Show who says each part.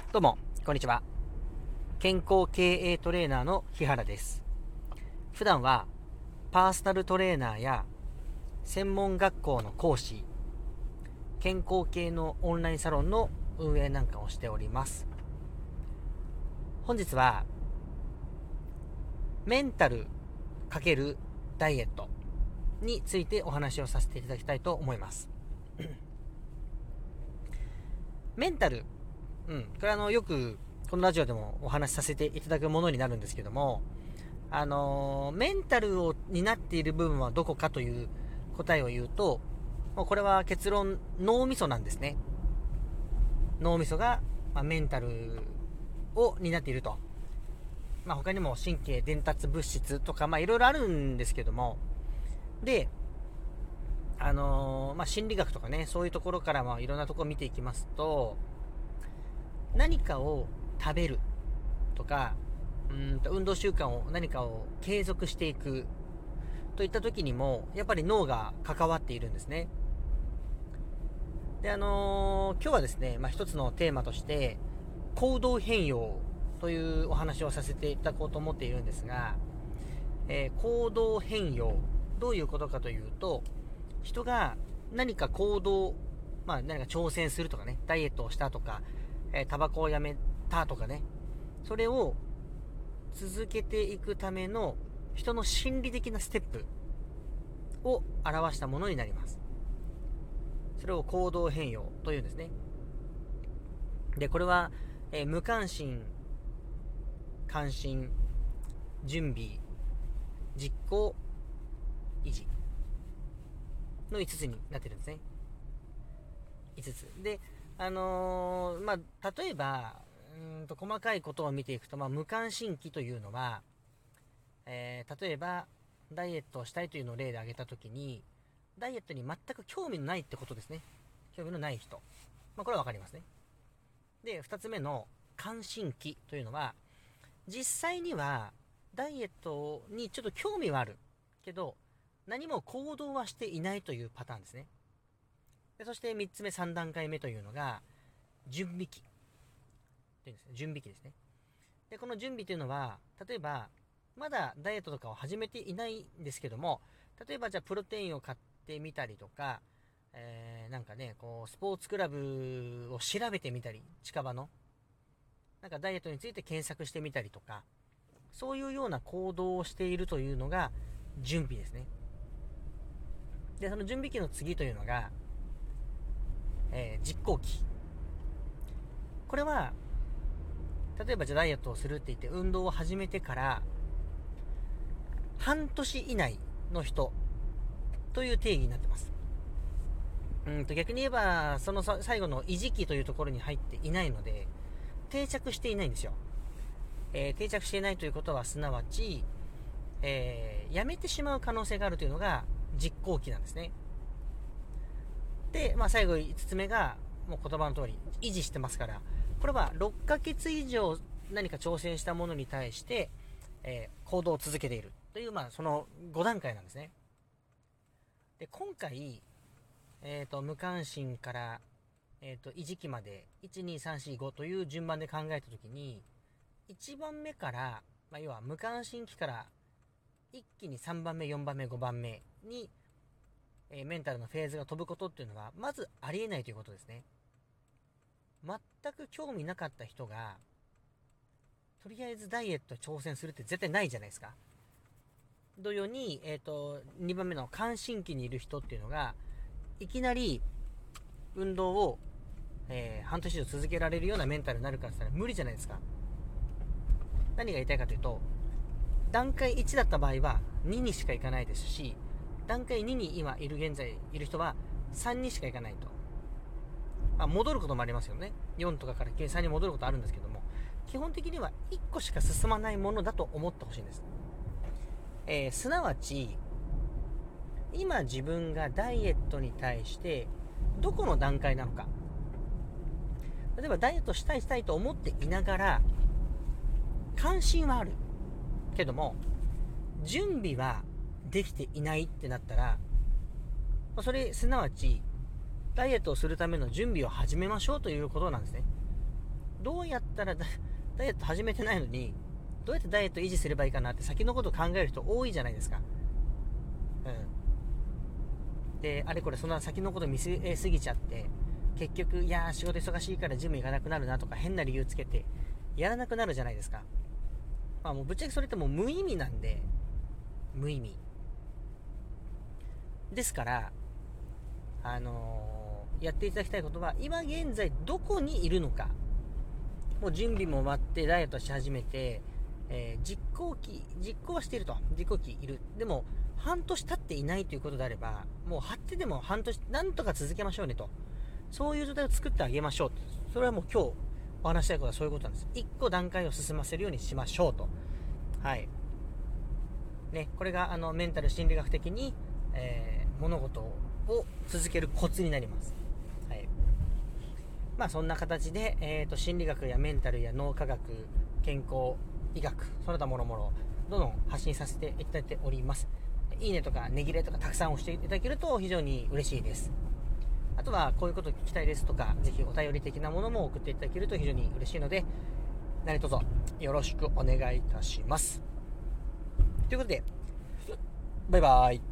Speaker 1: どうも、こんにちは。健康経営トレーナーの日原です。普段はパーソナルトレーナーや専門学校の講師、健康系のオンラインサロンの運営なんかをしております。本日はメンタル×ダイエットについてお話をさせていただきたいと思います。メンタル、これはよくこのラジオでもお話しさせていただくものになるんですけども、メンタルになっている部分はどこかという答えを言うと、もうこれは結論、脳みそなんですね。脳みそが、メンタルを担っていると。他にも神経伝達物質とか、いろいろあるんですけども、で、心理学とかね、そういうところからいろんなところを見ていきますと、何かを食べるとか、運動習慣を何かを継続していくといった時にもやっぱり脳が関わっているんですね。で、今日はですね、一つのテーマとして行動変容というお話をさせていただこうと思っているんですが、行動変容、どういうことかというと、人が何か行動、何か挑戦するとかね、ダイエットをしたとか、タバコをやめたとかね、それを続けていくための人の心理的なステップを表したものになります。それを行動変容というんですね。で、これは、無関心、関心、準備、実行、維持の5つになってるんですね。5つで、例えば細かいことを見ていくと、無関心期というのは、例えばダイエットをしたいというのを例で挙げたときに、ダイエットに全く興味のないってことですね。興味のない人、これは分かりますね。で、2つ目の関心期というのは、実際にはダイエットにちょっと興味はあるけど何も行動はしていないというパターンですね。で、そして3つ目、3段階目というのが準備期というんですね。準備期ですね。で、この準備というのは、例えばまだダイエットとかを始めていないんですけども、例えばじゃあプロテインを買ってみたりとか、スポーツクラブを調べてみたり、近場のダイエットについて検索してみたりとか、そういうような行動をしているというのが準備ですね。で、その準備期の次というのが、実行期。これは例えばじゃあダイエットをするって言って運動を始めてから半年以内の人という定義になってます。逆に言えばその最後の維持期というところに入っていないので定着していないんですよ。定着していないということはすなわち、やめてしまう可能性があるというのが実行期なんですね。で、最後5つ目がもう言葉の通り維持してますから、これは6ヶ月以上何か挑戦したものに対して、行動を続けているという、その5段階なんですね。で、今回、無関心から、維持期まで1、2、3、4、5という順番で考えたときに、1番目から、要は無関心期から一気に3番目、4番目、5番目に、メンタルのフェーズが飛ぶことっていうのはまずありえないということですね。全く興味なかった人がとりあえずダイエット挑戦するって絶対ないじゃないですか。同様に、2番目の関心期にいる人っていうのがいきなり運動を、半年以上続けられるようなメンタルになるかって言ったら無理じゃないですか。何が言いたいかというと、段階1だった場合は2にしかいかないですし、段階2に今現在いる人は3にしかいかないと。戻ることもありますよね。4とかから3に戻ることあるんですけども、基本的には1個しか進まないものだと思ってほしいんです。すなわち今自分がダイエットに対してどこの段階なのか。例えばダイエットしたいと思っていながら関心はあるけども準備はできていないってなったら、それすなわちダイエットをするための準備を始めましょうということなんですね。 どうやったらダイエット始めてないのにどうやってダイエット維持すればいいかなって先のことを考える人多いじゃないですか。であれこれそんな先のこと見据えすぎちゃって、結局いや仕事忙しいからジム行かなくなるなとか変な理由つけてやらなくなるじゃないですか。もうぶっちゃけそれってもう無意味なんで、無意味ですから、やっていただきたいことは、今現在どこにいるのか、もう準備も終わってダイエットし始めて、実行はしていると、実行期いる。でも半年経っていないということであれば、もう張ってでも半年なんとか続けましょうねと、そういう状態を作ってあげましょうと。それはもう今日お話したいことはそういうことなんです。一個段階を進ませるようにしましょうと。はいね、これがメンタル心理学的に、物事を続けるコツになります。はい。そんな形で、心理学やメンタルや脳科学、健康、医学、その他もろもろどんどん発信させていただいております。いいねとかねぎれとかたくさん押していただけると非常に嬉しいです。あとはこういうこと聞きたいですとか、ぜひお便り的なものも送っていただけると非常に嬉しいので、何卒よろしくお願いいたします。ということで、バイバーイ。